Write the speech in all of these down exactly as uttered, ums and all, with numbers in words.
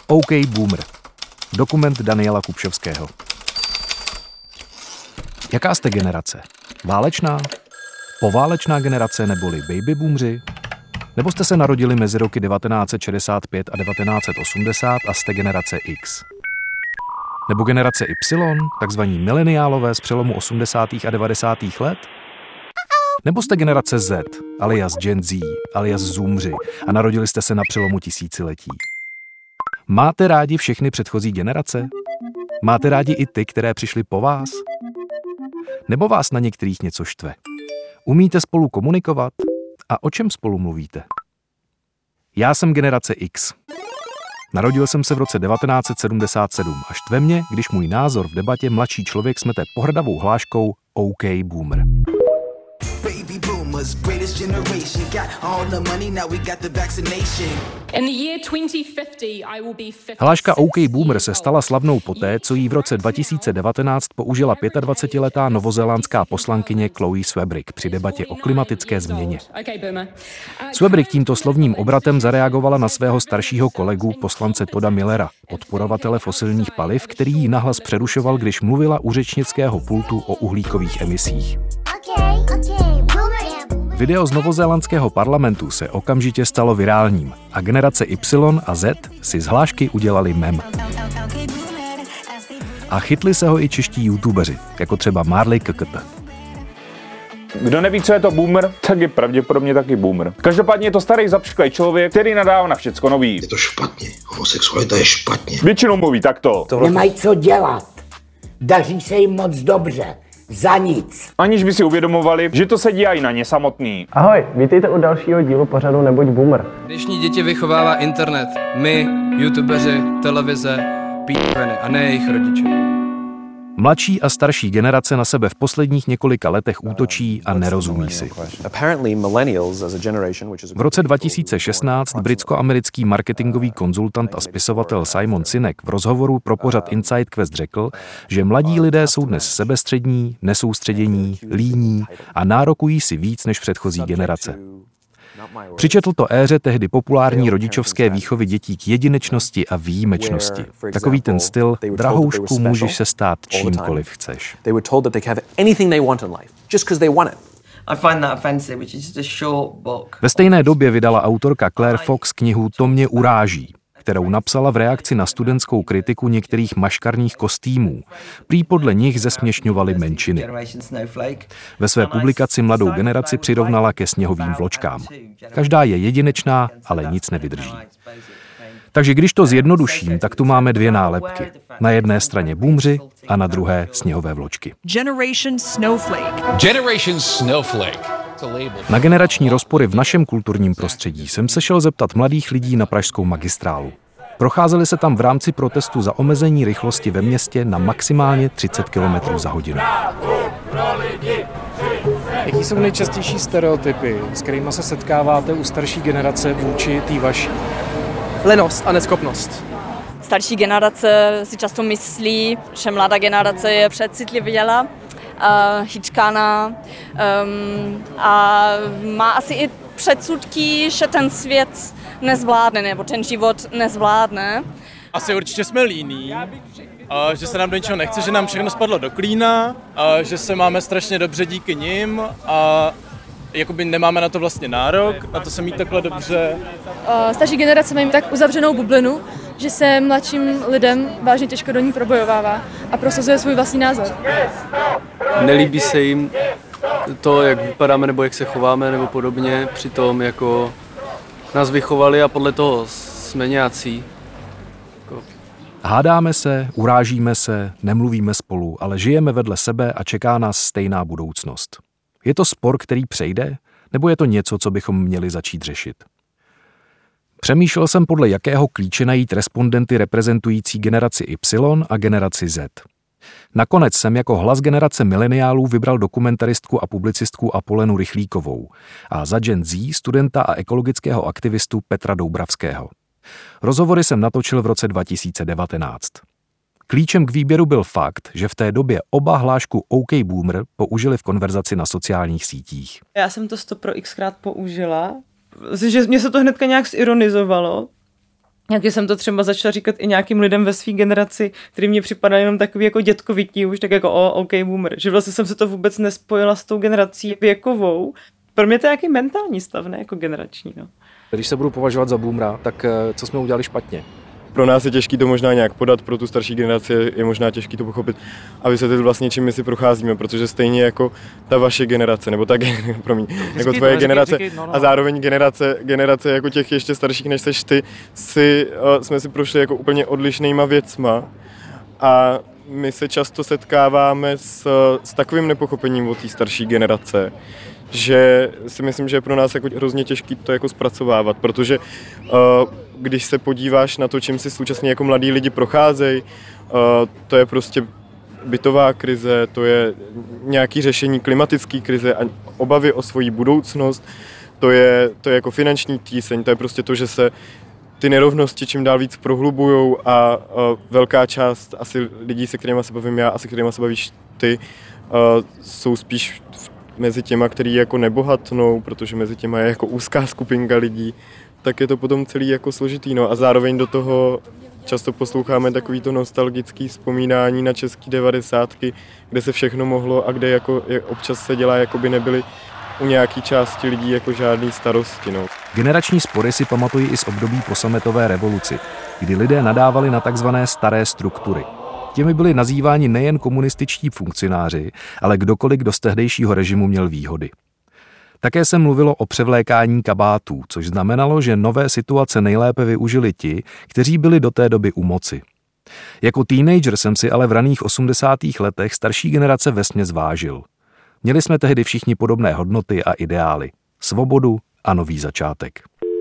OK Boomer. Dokument Daniela Kupšovského. Jaká jste generace? Válečná? Poválečná generace neboli baby boomři? Nebo jste se narodili mezi roky devatenáct set šedesát pět a devatenáct set osmdesát a jste generace X? Nebo generace Y, takzvaní mileniálové z přelomu osmdesátých a devadesátých let? Nebo jste generace Z, alias Gen Z, alias Zoomři a narodili jste se na přelomu tisíciletí? Máte rádi všechny předchozí generace? Máte rádi i ty, které přišly po vás? Nebo vás na některých něco štve? Umíte spolu komunikovat? A o čem spolu mluvíte? Já jsem generace X. Narodil jsem se v roce devatenáct set sedmdesát sedm a štve mě, když můj názor v debatě mladší člověk smete pohrdavou hláškou OK Boomer. Hláška OK Boomer se stala slavnou poté, co jí v roce dva tisíce devatenáct použila dvacetiletá novozélandská poslankyně Chloe Swabrick při debatě o klimatické změně. Swabrick tímto slovním obratem zareagovala na svého staršího kolegu, poslance Todda Millera, podporovatele fosilních paliv, který ji nahlas přerušoval, když mluvila u řečnického pultu o uhlíkových emisích. Video z novozélandského parlamentu se okamžitě stalo virálním a generace Y a Z si z hlášky udělali mem. A chytli se ho i čeští youtubeři, jako třeba Marley K K T. Kdo neví, co je to boomer, tak je pravděpodobně taky boomer. Každopádně je to starý zapšklý člověk, který nadává na všecko nový. Je to špatně, homosexualita je špatně. Většinou mluví takto. Nemají co dělat, daří se jim moc dobře. Za nic. Aniž by si uvědomovali, že to se děje i na ně samotný. Ahoj, vítejte u dalšího dílu pořadu Nebuď boomer. Dnešní děti vychovává internet. My, youtubeři, televize, p***veny a ne jejich rodiče. Mladší a starší generace na sebe v posledních několika letech útočí a nerozumí si. V roce dva tisíce šestnáct britsko-americký marketingový konzultant a spisovatel Simon Sinek v rozhovoru pro pořad Inside Quest řekl, že mladí lidé jsou dnes sebestřední, nesoustředění, líní a nárokují si víc než předchozí generace. Přičetl to éře tehdy populární rodičovské výchovy dětí k jedinečnosti a výjimečnosti. Takový ten styl, drahoušku, můžeš se stát čímkoliv chceš. Ve stejné době vydala autorka Claire Fox knihu To mě uráží, kterou napsala v reakci na studentskou kritiku některých maškarních kostýmů. Prý podle nich zesměšňovaly menšiny. Ve své publikaci mladou generaci přirovnala ke sněhovým vločkám. Každá je jedinečná, ale nic nevydrží. Takže když to zjednoduším, tak tu máme dvě nálepky. Na jedné straně boomři a na druhé sněhové vločky. Generation Snowflake. Generation Snowflake. Na generační rozpory v našem kulturním prostředí jsem se šel zeptat mladých lidí na pražskou magistrálu. Procházeli se tam v rámci protestu za omezení rychlosti ve městě na maximálně třicet kilometrů za hodinu. Jaký jsou nejčastější stereotypy, s kterými se setkáváte u starší generace vůči té vaší? Lenost a neschopnost. Starší generace si často myslí, že mladá generace je přecitlivěla, uh, hyčkána um, a má asi i předsudky, že ten svět nezvládne, nebo ten život nezvládne. Asi určitě jsme líní, a že se nám do ničeho nechce, že nám všechno spadlo do klína, a že se máme strašně dobře díky nim a jakoby nemáme na to vlastně nárok, na to se mít takhle dobře. Uh, starší generace mají tak uzavřenou bublinu, že se mladším lidem vážně těžko do ní probojovává a prosazuje svůj vlastní názor. Nelíbí se jim to, jak vypadáme nebo jak se chováme nebo podobně, přitom jako nás vychovali a podle toho jsme nějací. Jako... Hádáme se, urážíme se, nemluvíme spolu, ale žijeme vedle sebe a čeká nás stejná budoucnost. Je to spor, který přejde, nebo je to něco, co bychom měli začít řešit? Přemýšlel jsem, podle jakého klíče najít respondenty reprezentující generaci Y a generaci Z. Nakonec jsem jako hlas generace mileniálů vybral dokumentaristku a publicistku Apolenu Rychlíkovou a za Gen Z studenta a ekologického aktivistu Petra Doubravského. Rozhovory jsem natočil v roce dva tisíce devatenáct. Klíčem k výběru byl fakt, že v té době oba hlášku OK Boomer použili v konverzaci na sociálních sítích. Já jsem to sto pro xkrát použila, že mě se to hnedka nějak zironizovalo, Jak jsem to třeba začala říkat i nějakým lidem ve své generaci, který mě připadali jenom takový jako dětkovití, už tak jako o, OK, boomer. Že vlastně jsem se to vůbec nespojila s tou generací věkovou. Pro mě to je nějaký mentální stav, ne jako generační. No. Když se budu považovat za boomera, tak co jsme udělali špatně? Pro nás je těžké to možná nějak podat, pro tu starší generaci je možná těžké to pochopit a vysvětlit vlastně, čím my si procházíme, protože stejně jako ta vaše generace, nebo ta generace, promiň, jako tvoje generace a zároveň generace, generace jako těch ještě starších než seš ty, si, uh, jsme si prošli jako úplně odlišnýma věcma a my se často setkáváme s, s takovým nepochopením od té starší generace, že si myslím, že je pro nás jako hrozně těžký to jako zpracovávat, protože uh, když se podíváš na to, čím si současně jako mladí lidi procházejí, uh, to je prostě bytová krize, to je nějaké řešení klimatické krize a obavy o svoji budoucnost, to je, to je jako finanční tíseň, to je prostě to, že se ty nerovnosti čím dál víc prohlubujou a uh, velká část asi lidí, se kterými se bavím já, asi kterými se bavíš ty, uh, jsou spíš v mezi těma, který jako nebohatnou, protože mezi těma je jako úzká skupinka lidí, tak je to potom celý jako složitý. No a zároveň do toho často posloucháme takový to nostalgický vzpomínání na český devadesátky, kde se všechno mohlo a kde jako občas se dělá, jako by nebyly u nějaký části lidí jako žádný starosti. No. Generační spory si pamatují i z období po sametové revoluci, kdy lidé nadávali na takzvané staré struktury. Těmi byli nazýváni nejen komunističtí funkcionáři, ale kdokoliv, kdo z tehdejšího režimu měl výhody. Také se mluvilo o převlékání kabátů, což znamenalo, že nové situace nejlépe využili ti, kteří byli do té doby u moci. Jako teenager jsem si ale v raných osmdesátých letech starší generace vesměs vážil. Měli jsme tehdy všichni podobné hodnoty a ideály. Svobodu a nový začátek.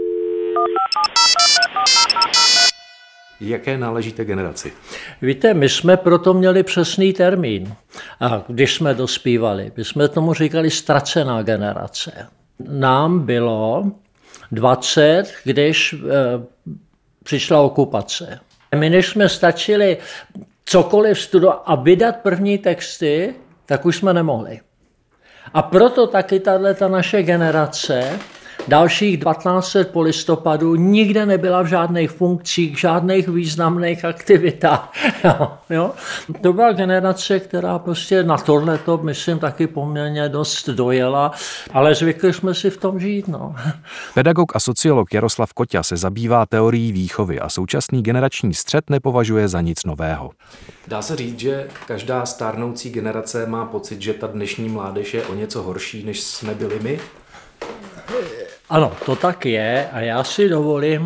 Jaké náležíte generaci? Víte, my jsme proto měli přesný termín. A když jsme dospívali, my jsme tomu říkali ztracená generace. Nám bylo dvacet, když e, přišla okupace. My než jsme stačili cokoliv studovat a vydat první texty, tak už jsme nemohli. A proto taky tato naše generace dalších patnáct let po listopadu nikde nebyla v žádných funkcích, žádných významných aktivitách. Jo, jo. To byla generace, která prostě na tohleto, myslím, taky poměrně dost dojela, ale zvykli jsme si v tom žít. No. Pedagog a sociolog Jaroslav Koťa se zabývá teorií výchovy a současný generační střet nepovažuje za nic nového. Dá se říct, že každá stárnoucí generace má pocit, že ta dnešní mládež je o něco horší, než jsme byli my? Ano, to tak je a já si dovolím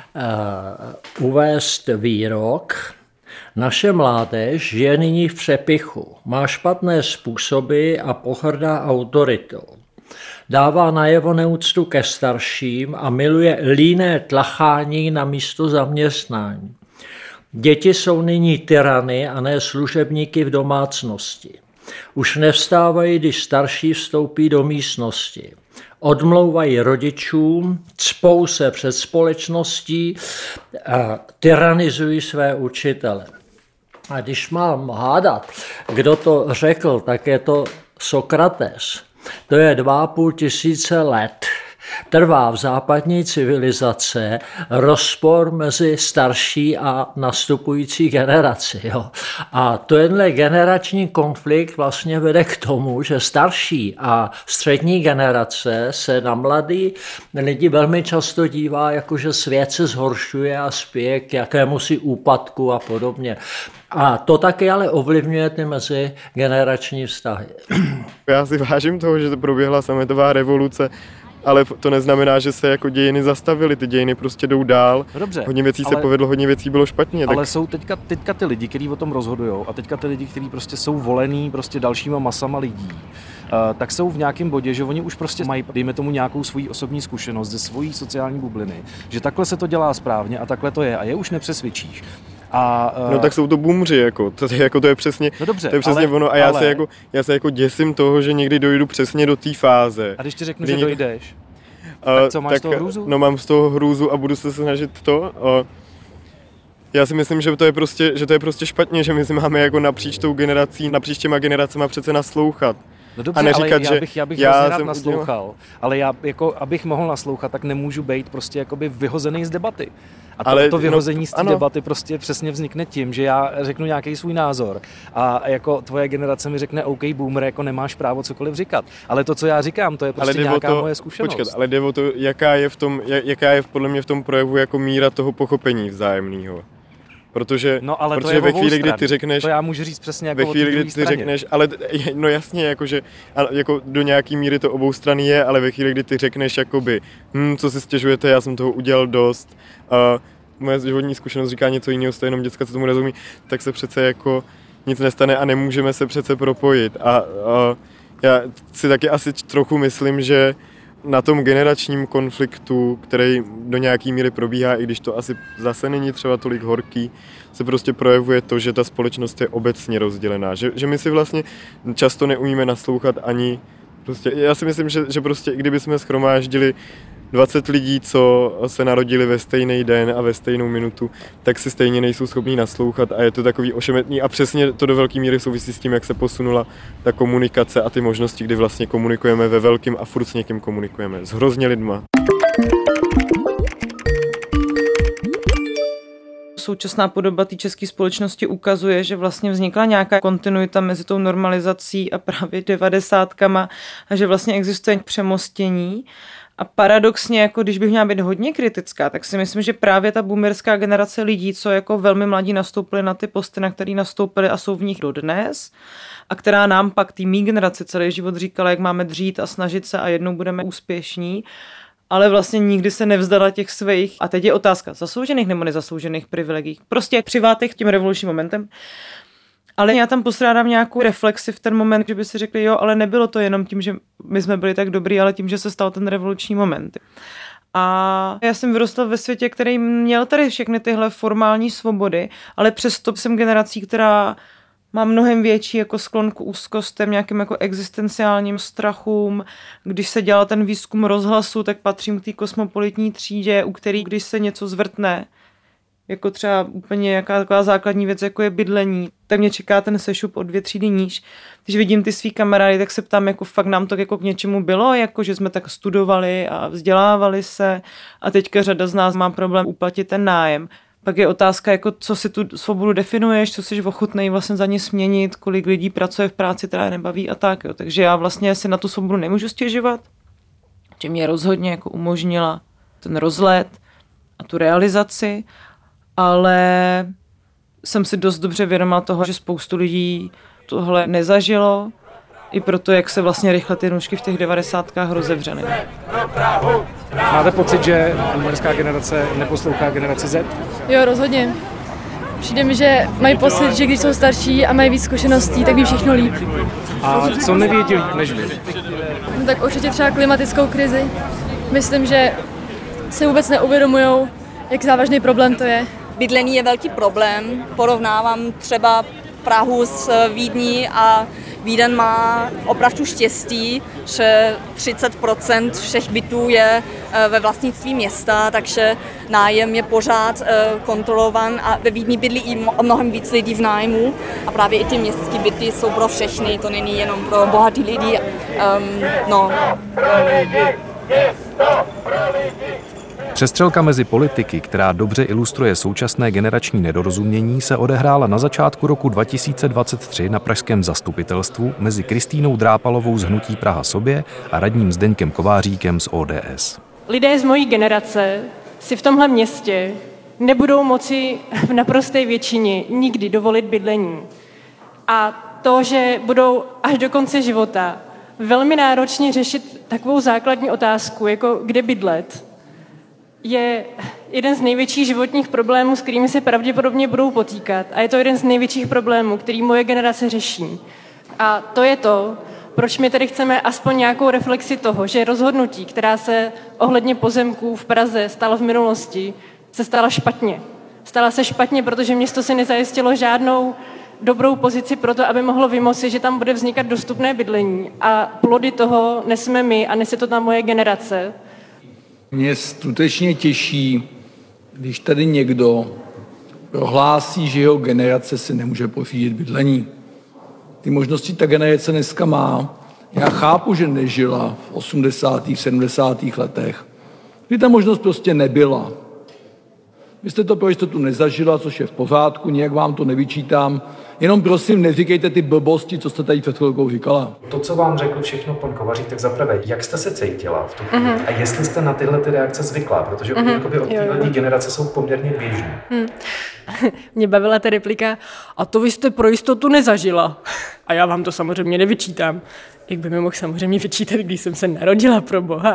uh, uvést výrok. Naše mládež žije nyní v přepichu, má špatné způsoby a pohrdá autoritou. Dává najevo neúctu ke starším a miluje líné tlachání na místo zaměstnání. Děti jsou nyní tyrany a ne služebníky v domácnosti. Už nevstávají, když starší vstoupí do místnosti. Odmlouvají rodičům, cpou se před společností a tyranizují své učitele. A když mám hádat, kdo to řekl, tak je to Sokrates. To je dva a půl tisíce let. Trvá v západní civilizace rozpor mezi starší a nastupující generaci. Jo. A tenhle generační konflikt vlastně vede k tomu, že starší a střední generace se na mladý lidi velmi často dívá, jakože svět se zhoršuje a spěje k jakémusi úpadku a podobně. A to taky ale ovlivňuje ty mezigenerační vztahy. Já si vážím toho, že to proběhla sametová revoluce, ale to neznamená, že se jako dějiny zastavily, ty dějiny prostě jdou dál. No dobře, hodně věcí ale, se povedlo, hodně věcí bylo špatně. Ale tak... jsou teďka, teďka ty lidi, kteří o tom rozhodujou a teďka ty lidi, kteří prostě jsou volení prostě dalšíma masama lidí, uh, tak jsou v nějakém bodě, že oni už prostě mají, dejme tomu, nějakou svoji osobní zkušenost ze svojí sociální bubliny, že takhle se to dělá správně a takhle to je a je už nepřesvědčíš. A, uh... No tak jsou to boomři, jako. To, jako, to je přesně, no dobře, to je přesně ale, ono a já, ale... se jako, já se jako děsím toho, že někdy dojdu přesně do té fáze. A když ti řeknu, že někdy... dojdeš, uh, tak co, máš tak, z toho hrůzu? No mám z toho hrůzu a budu se snažit to. Uh, já si myslím, že to je prostě, že to je prostě špatně, že my si máme jako napříč tou generací, napříč těma generacema přece naslouchat. No dobře, a neříkat, ale že já bych, já bych já rád jsem naslouchal, udělal... ale já, jako, abych mohl naslouchat, tak nemůžu být prostě jakoby vyhozený z debaty. A to, ale, to vyhození no, z té debaty prostě přesně vznikne tím, že já řeknu nějaký svůj názor a jako tvoje generace mi řekne OK, boomer, jako nemáš právo cokoliv říkat. Ale to, co já říkám, to je prostě nějaká to, moje zkušenost. Počkat, ale jde o to, jaká je, v tom, jaká je podle mě v tom projevu jako míra toho pochopení vzájemného. Protože, no, ale protože to je ve chvíli, kdy ty řekneš... To já můžu říct přesně jako ve chvíli, kdy ty straně. řekneš, ale no jasně, jakože, jako do nějaký míry to obou strany je, ale ve chvíli, kdy ty řekneš jakoby, hm, co si stěžujete, já jsem toho udělal dost, a moje životní zkušenost říká něco jiného, to jenom děcka, co tomu rozumí, tak se přece jako nic nestane a nemůžeme se přece propojit. A, a já si taky asi trochu myslím, že na tom generačním konfliktu, který do nějaký míry probíhá, i když to asi zase není třeba tolik horký, se prostě projevuje to, že ta společnost je obecně rozdělená. Že, že my si vlastně často neumíme naslouchat ani prostě, já si myslím, že, že prostě i kdyby jsme shromáždili dvacet lidí, co se narodili ve stejný den a ve stejnou minutu, tak si stejně nejsou schopní naslouchat a je to takový ošemetný a přesně to do velké míry souvisí s tím, jak se posunula ta komunikace a ty možnosti, kdy vlastně komunikujeme ve velkým a furt s někým komunikujeme. S hrozně lidma. Současná podoba té české společnosti ukazuje, že vlastně vznikla nějaká kontinuita mezi tou normalizací a právě devadesátkama a že vlastně existuje přemostění. A paradoxně, jako když bych měla být hodně kritická, tak si myslím, že právě ta boomerská generace lidí, co jako velmi mladí nastoupili na ty posty, na který nastoupili a jsou v nich dodnes, a která nám pak, tý mý generaci, celý život říkala, jak máme dřít a snažit se a jednou budeme úspěšní, ale vlastně nikdy se nevzdala těch svých. A teď je otázka zasloužených nebo nezasloužených privilegií. Prostě přivátech tím revolučním momentem. Ale já tam postrádám nějakou reflexi v ten moment, že by si řekli, jo, ale nebylo to jenom tím, že my jsme byli tak dobrý, ale tím, že se stal ten revoluční moment. A já jsem vyrostla ve světě, který měl tady všechny tyhle formální svobody, ale přesto jsem generací, která má mnohem větší jako sklon k úzkostem, nějakým jako existenciálním strachům. Když se dělal ten výzkum rozhlasu, tak patřím k té kosmopolitní třídě, u který, když se něco zvrtne, jako třeba úplně jaká taková základní věc, jako je bydlení, tak mě čeká ten sešup o dvě třídy níž. Když vidím ty svý kamarády, tak se ptám, jako fakt nám to jako k něčemu bylo, jako že jsme tak studovali a vzdělávali se a teďka řada z nás má problém uplatit ten nájem. Pak je otázka, jako co si tu svobodu definuješ, co jsi ochotnej vlastně za ně směnit, kolik lidí pracuje v práci, která je nebaví a tak. Jo. Takže já vlastně si na tu svobodu nemůžu stěžovat, že mě rozhodně jako umožnila ten rozlet a tu realizaci, ale jsem si dost dobře vědomá toho, že spoustu lidí tohle nezažilo, i proto, jak se vlastně rychle ty nůžky v těch devadesátkách rozevřely. Máte pocit, že boomerská generace neposlouchá generaci Z? Jo, rozhodně. Přijde mi, že mají pocit, že když jsou starší a mají víc zkušeností, tak ví všechno líp. A co nevědí líp než vy? No tak určitě třeba klimatickou krizi. Myslím, že si vůbec neuvědomujou, jak závažný problém to je. Bydlení je velký problém. Porovnávám třeba Prahu s Vídní a Vídeň má opravdu štěstí, že třicet procent všech bytů je ve vlastnictví města, takže nájem je pořád kontrolovan a ve Vídni bydlí i mnohem víc lidí v nájmu a právě i ty městské byty jsou pro všechny, to není jenom pro bohatý lidi. Um, no. Přestřelka mezi politiky, která dobře ilustruje současné generační nedorozumění, se odehrála na začátku roku dva tisíce dvacet tři na pražském zastupitelstvu mezi Kristýnou Drápalovou z Hnutí Praha sobě a radním Zdeňkem Kováříkem z O D S. Lidé z mojí generace si v tomhle městě nebudou moci v naprosté většině nikdy dovolit bydlení. A to, že budou až do konce života velmi náročně řešit takovou základní otázku, jako kde bydlet, je jeden z největších životních problémů, s kterými se pravděpodobně budou potýkat. A je to jeden z největších problémů, který moje generace řeší. A to je to, proč my tady chceme aspoň nějakou reflexi toho, že rozhodnutí, která se ohledně pozemků v Praze stala v minulosti, se stala špatně. Stala se špatně, protože město si nezajistilo žádnou dobrou pozici pro to, aby mohlo vymoci, že tam bude vznikat dostupné bydlení. A plody toho neseme my a nese to ta moje generace. Mě skutečně těší, když tady někdo prohlásí, že jeho generace si nemůže pořídit bydlení. Ty možnosti ta generace dneska má Já chápu, že nežila v osmdesátých, sedmdesátých letech, kdy ta možnost prostě nebyla. Vy jste to pro jistotu nezažila, což je v pořádku, nijak vám to nevyčítám. Jenom prosím, neříkejte ty blbosti, co jste tady před chvilkou říkala. To, co vám řekl všechno pan Kovařík, tak zaprvé, jak jste se cítila v tu chvíli mm-hmm. a jestli jste na tyhle ty reakce zvyklá, protože mm-hmm. jakoby od téhle generace jsou poměrně běžné. Mm. Mě bavila ta replika, a to vy jste pro jistotu nezažila. A já vám to samozřejmě nevyčítám. Jak by mi mohl samozřejmě vyčítat, když jsem se narodila, pro boha.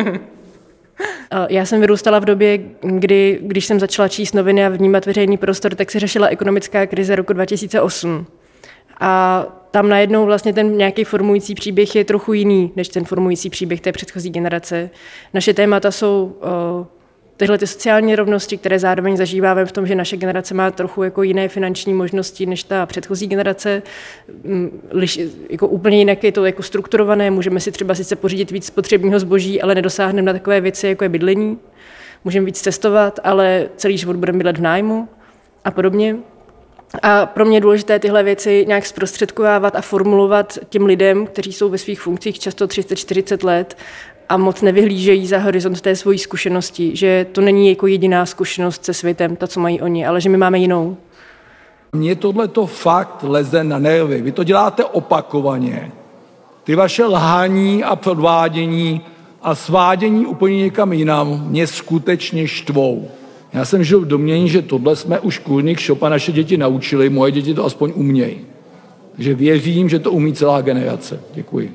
Já jsem vyrůstala v době, kdy, když jsem začala číst noviny a vnímat veřejný prostor, tak se řešila ekonomická krize roku dva tisíce osm. A tam najednou vlastně ten nějaký formující příběh je trochu jiný, než ten formující příběh té předchozí generace. Naše témata jsou o, tyhle ty sociální rovnosti, které zároveň zažíváme v tom, že naše generace má trochu jako jiné finanční možnosti než ta předchozí generace. Liš, jako úplně jinak je to jako strukturované, můžeme si třeba sice pořídit víc spotřebního zboží, ale nedosáhneme na takové věci, jako je bydlení. Můžeme víc cestovat, ale celý život budeme bydlet v nájmu a podobně. A pro mě je důležité tyhle věci nějak zprostředkovávat a formulovat těm lidem, kteří jsou ve svých funkcích často třicet čtyřicet let, a moc nevyhlížejí za horizont té svojí zkušenosti, že to není jako jediná zkušenost se světem, ta, co mají oni, ale že my máme jinou. Mně tohleto fakt leze na nervy. Vy to děláte opakovaně. Ty vaše lhání a podvádění a svádění úplně někam jinam mě skutečně štvou. Já jsem žil v domnění, že tohle jsme už kurník šopa naše děti naučili, moje děti to aspoň umějí. Takže věřím, že to umí celá generace. Děkuji.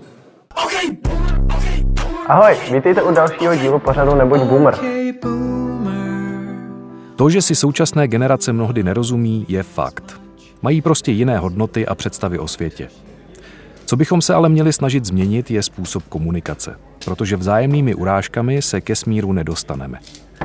Ahoj, vítejte u dalšího dílu pořadu Nebuď boomer. To, že si současné generace mnohdy nerozumí, je fakt. Mají prostě jiné hodnoty a představy o světě. Co bychom se ale měli snažit změnit, je způsob komunikace, protože vzájemnými urážkami se ke smíru nedostaneme.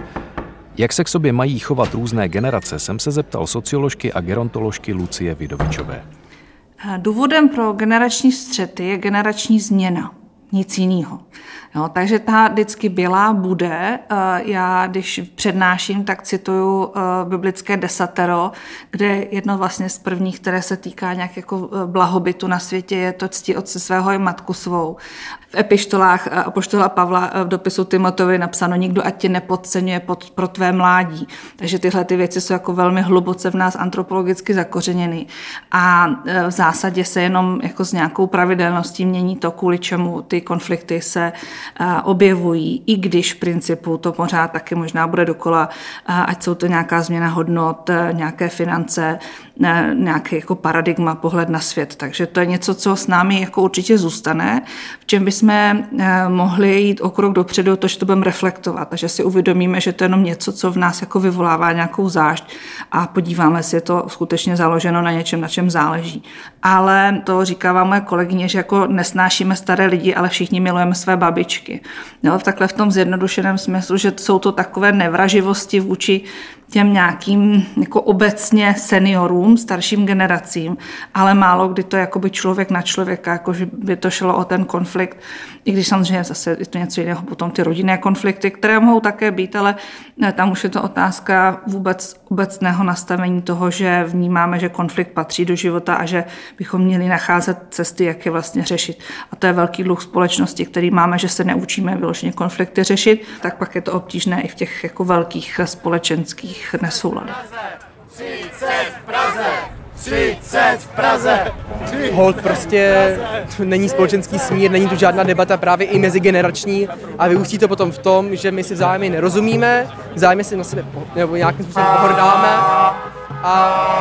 Jak se k sobě mají chovat různé generace, jsem se zeptal socioložky a gerontoložky Lucie Vidovičové. Důvodem pro generační střety je generační změna. Nic jiného. Jo, takže ta vždycky byla, bude. Já, když přednáším, tak cituju biblické desatero, kde jedno vlastně z prvních, které se týká nějak jako blahobytu na světě, je to ctí otce svého i matku svou. V epištolách apoštola Pavla v dopisu Timoteovi napsáno, nikdo ať tě nepodceňuje pod, pro tvé mládí. Takže tyhle ty věci jsou jako velmi hluboce v nás antropologicky zakořeněny. A v zásadě se jenom jako s nějakou pravidelností mění to, kvůli čemu ty konflikty se objevují, i když v principu to pořád taky možná bude dokola, ať jsou to nějaká změna hodnot, nějaké finance, nějaký jako paradigma, pohled na svět. Takže to je něco, co s námi jako určitě zůstane, v čem bychom mohli jít o krok dopředu, to, že to budeme reflektovat, takže si uvědomíme, že to je jenom něco, co v nás jako vyvolává nějakou zášť a podíváme si, je to skutečně založeno na něčem, na čem záleží. Ale to říkává moje kolegyně, že jako nesnášíme staré lidi, ale všichni milujeme své babičky. Jo, takhle v tom zjednodušeném smyslu, že jsou to takové nevraživosti vůči těm nějakým jako obecně seniorům, starším generacím, ale málo kdy to je jakoby člověk na člověka, jako že by to šlo o ten konflikt, i když samozřejmě zase je to něco jiného, potom ty rodinné konflikty, které mohou také být, ale tam už je to otázka vůbec obecného nastavení toho, že vnímáme, že konflikt patří do života a že bychom měli nacházet cesty, jak je vlastně řešit. A to je velký dluh společnosti, který máme, že se neučíme vyloženě konflikty řešit, tak pak je to obtížné i v těch jako velkých společenských nesouladech. třicet v Praze! třicet v Praze! Hold prostě není společenský smír, není tu žádná debata právě i mezigenerační a vyústí to potom v tom, že my si vzájemně nerozumíme, vzájemně si na sebe nebo nějakým způsobem pohrdáme a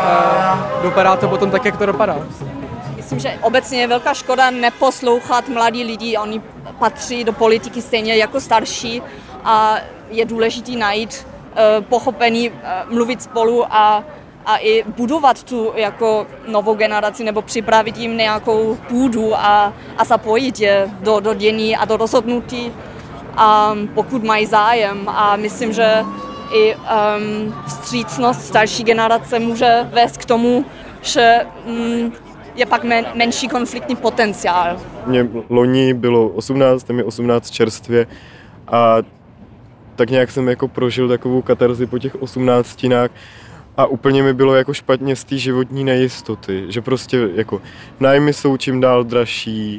e, dopadá to potom tak, jak to dopadá. Myslím, že obecně je velká škoda neposlouchat mladí lidi, oni patří do politiky stejně jako starší a je důležité najít pochopení, mluvit spolu a, a i budovat tu jako novou generaci nebo připravit jim nějakou půdu a, a zapojit je do, do dění a do rozhodnutí, a pokud mají zájem. A myslím, že i um, vstřícnost starší generace může vést k tomu, že um, je pak men, menší konfliktní potenciál. Mně loni bylo osmnáct, mi osmnáct čerstvě a tak nějak jsem jako prožil takovou katarzi po těch osmnáctinách a úplně mi bylo jako špatně z té životní nejistoty, že prostě jako nájmy jsou čím dál dražší,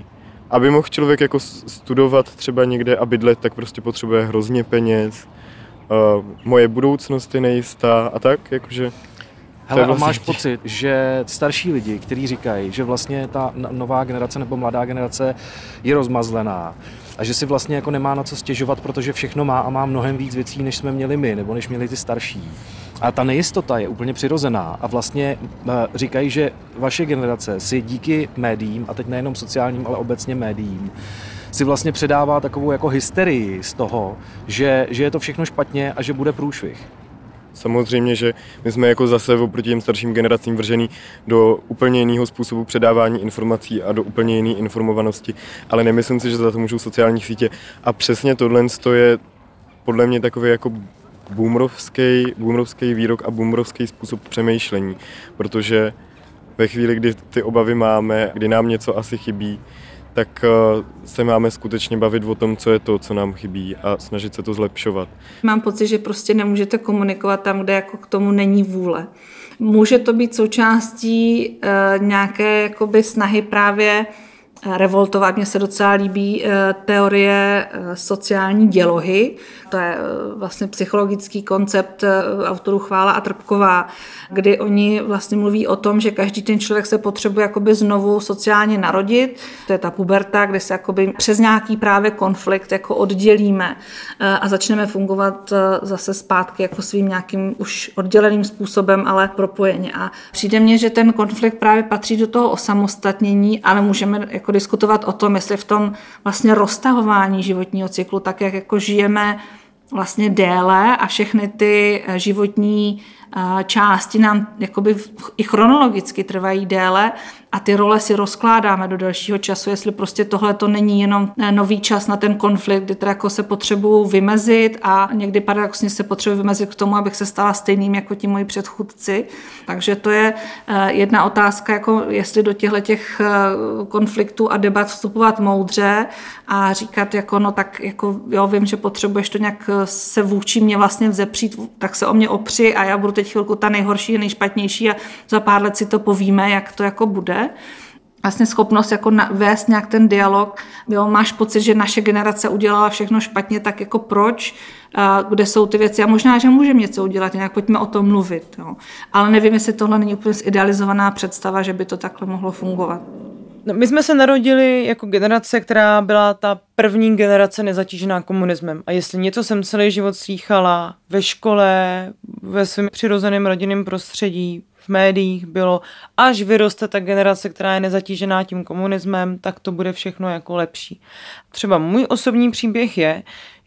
aby mohl člověk jako studovat třeba někde a bydlet, tak prostě potřebuje hrozně peněz. Uh, moje budoucnost je nejistá a tak, jakože... Hele, vlastně... a máš pocit, že starší lidi, kteří říkají, že vlastně ta nová generace nebo mladá generace je rozmazlená a že si vlastně jako nemá na co stěžovat, protože všechno má a má mnohem víc věcí, než jsme měli my, nebo než měli ty starší. A ta nejistota je úplně přirozená a vlastně říkají, že vaše generace si díky médiím, a teď nejenom sociálním, ale obecně médiím, si vlastně předává takovou jako hysterii z toho, že, že je to všechno špatně a že bude průšvih. Samozřejmě, že my jsme jako zase oproti těm starším generacím vržený do úplně jiného způsobu předávání informací a do úplně jiné informovanosti, ale nemyslím si, že za to můžou sociální sítě. A přesně tohle je podle mě takový jako boomerovský, boomerovský výrok a boomerovský způsob přemýšlení, protože ve chvíli, kdy ty obavy máme, kdy nám něco asi chybí, tak se máme skutečně bavit o tom, co je to, co nám chybí a snažit se to zlepšovat. Mám pocit, že prostě nemůžete komunikovat tam, kde jako k tomu není vůle. Může to být součástí e, nějaké jakoby snahy právě revoltovat. Mně se docela líbí e, teorie e, sociální dělohy. To je e, vlastně psychologický koncept e, autorů Chvála a Trpková, kdy oni vlastně mluví o tom, že každý ten člověk se potřebuje jakoby znovu sociálně narodit. To je ta puberta, kde se jakoby přes nějaký právě konflikt jako oddělíme e, a začneme fungovat e, zase zpátky jako svým nějakým už odděleným způsobem, ale propojeně. A přijde mně, že ten konflikt právě patří do toho osamostatnění, ale můžeme jako diskutovat o tom, jestli v tom vlastně roztahování životního cyklu, tak jak jako žijeme vlastně déle a všechny ty životní části nám jakoby i chronologicky trvají déle a ty role si rozkládáme do dalšího času, jestli prostě tohle to není jenom nový čas na ten konflikt, kdy teda jako se potřebuju vymezit a někdy paradoxně se potřebuji vymezit k tomu, abych se stala stejným jako ti moji předchůdci. Takže to je jedna otázka, jako jestli do těchto těch konfliktů a debat vstupovat moudře a říkat jako no tak jako jo, vím, že potřebuješ to nějak se vůči mě vlastně vzepřít, tak se o mě opři a já budu teď chvilku ta nejhorší, nejšpatnější a za pár let si to povíme, jak to jako bude. Vlastně schopnost jako na, vést nějak ten dialog. Jo, máš pocit, že naše generace udělala všechno špatně, tak jako proč, a kde jsou ty věci a možná, že můžeme něco udělat, nějak pojďme o tom mluvit. Jo. Ale nevím, jestli tohle není úplně zidealizovaná představa, že by to takhle mohlo fungovat. No, my jsme se narodili jako generace, která byla ta první generace nezatížená komunismem. A jestli něco jsem celý život slýchala ve škole, ve svém přirozeném rodinném prostředí, v médiích bylo, až vyroste ta generace, která je nezatížená tím komunismem, tak to bude všechno jako lepší. Třeba můj osobní příběh je,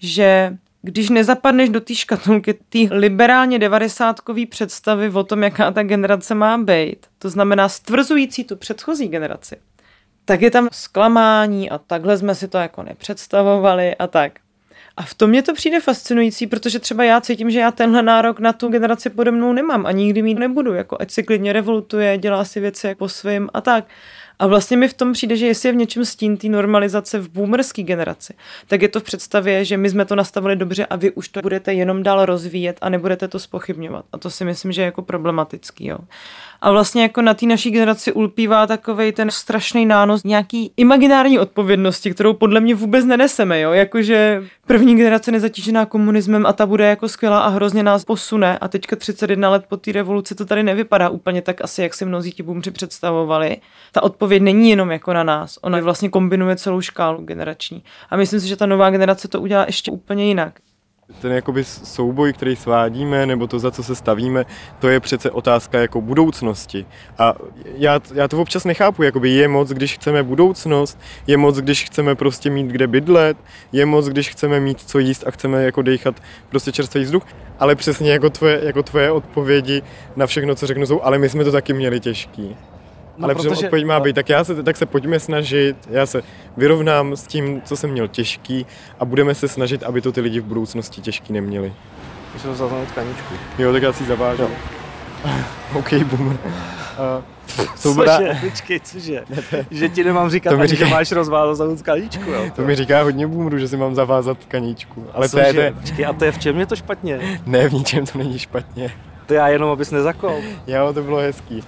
že když nezapadneš do té škatulky té liberálně devadesátkový představy o tom, jaká ta generace má být, to znamená stvrzující tu předchozí generaci, tak je tam zklamání a takhle jsme si to jako nepředstavovali a tak. A v tom mě to přijde fascinující, protože třeba já cítím, že já tenhle nárok na tu generaci pode mnou nemám a nikdy mít nebudu, jako ať si klidně revoltuje, dělá si věci jako po svým a tak. A vlastně mi v tom přijde, že jestli je v něčem stín té normalizace v boomerské generaci, tak je to v představě, že my jsme to nastavili dobře a vy už to budete jenom dál rozvíjet a nebudete to zpochybňovat. A to si myslím, že je jako problematický. Jo. A vlastně jako na té naší generaci ulpívá takovej ten strašný nános nějaký imaginární odpovědnosti, kterou podle mě vůbec neneseme. Jo. Jakože první generace nezatížená komunismem a ta bude jako skvělá a hrozně nás posune. A teďka třicet jedna let po té revoluci to tady nevypadá úplně tak asi, jak si mnozí ti boomři představovali. Ta odpověď není jenom jako na nás. Ona vlastně kombinuje celou škálu generační. A myslím si, že ta nová generace to udělá ještě úplně jinak. Ten jakoby souboj, který svádíme, nebo to, za co se stavíme, to je přece otázka jako budoucnosti. A já, já to občas nechápu, jakoby je moc, když chceme budoucnost, je moc, když chceme prostě mít kde bydlet, je moc, když chceme mít co jíst a chceme jako dejchat prostě čerstvý vzduch, ale přesně jako tvoje, jako tvoje odpovědi na všechno, co řeknu, jsou, ale my jsme to taky měli těžký. No, ale protože odpověď má být, tak, já se, tak se pojďme snažit, já se vyrovnám s tím, co jsem měl těžký a budeme se snažit, aby to ty lidi v budoucnosti těžký neměli. Můžu to zavřít tkaničku. Jo, tak já si zavážu. OK, boomer. Uh, cože, počkej, cože? Že ti nemám říkat, ani, říká, že máš rozvázat tkaničku. Jo, to. to mi říká hodně boomerů, že si mám zavázat tkaničku. Ale cože? To je, počkej, a to je v čem je to špatně? Ne, v ničem to není špatně. To já jenom, abys nezakol. Jo, to bylo hezký.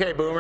Okay, boom.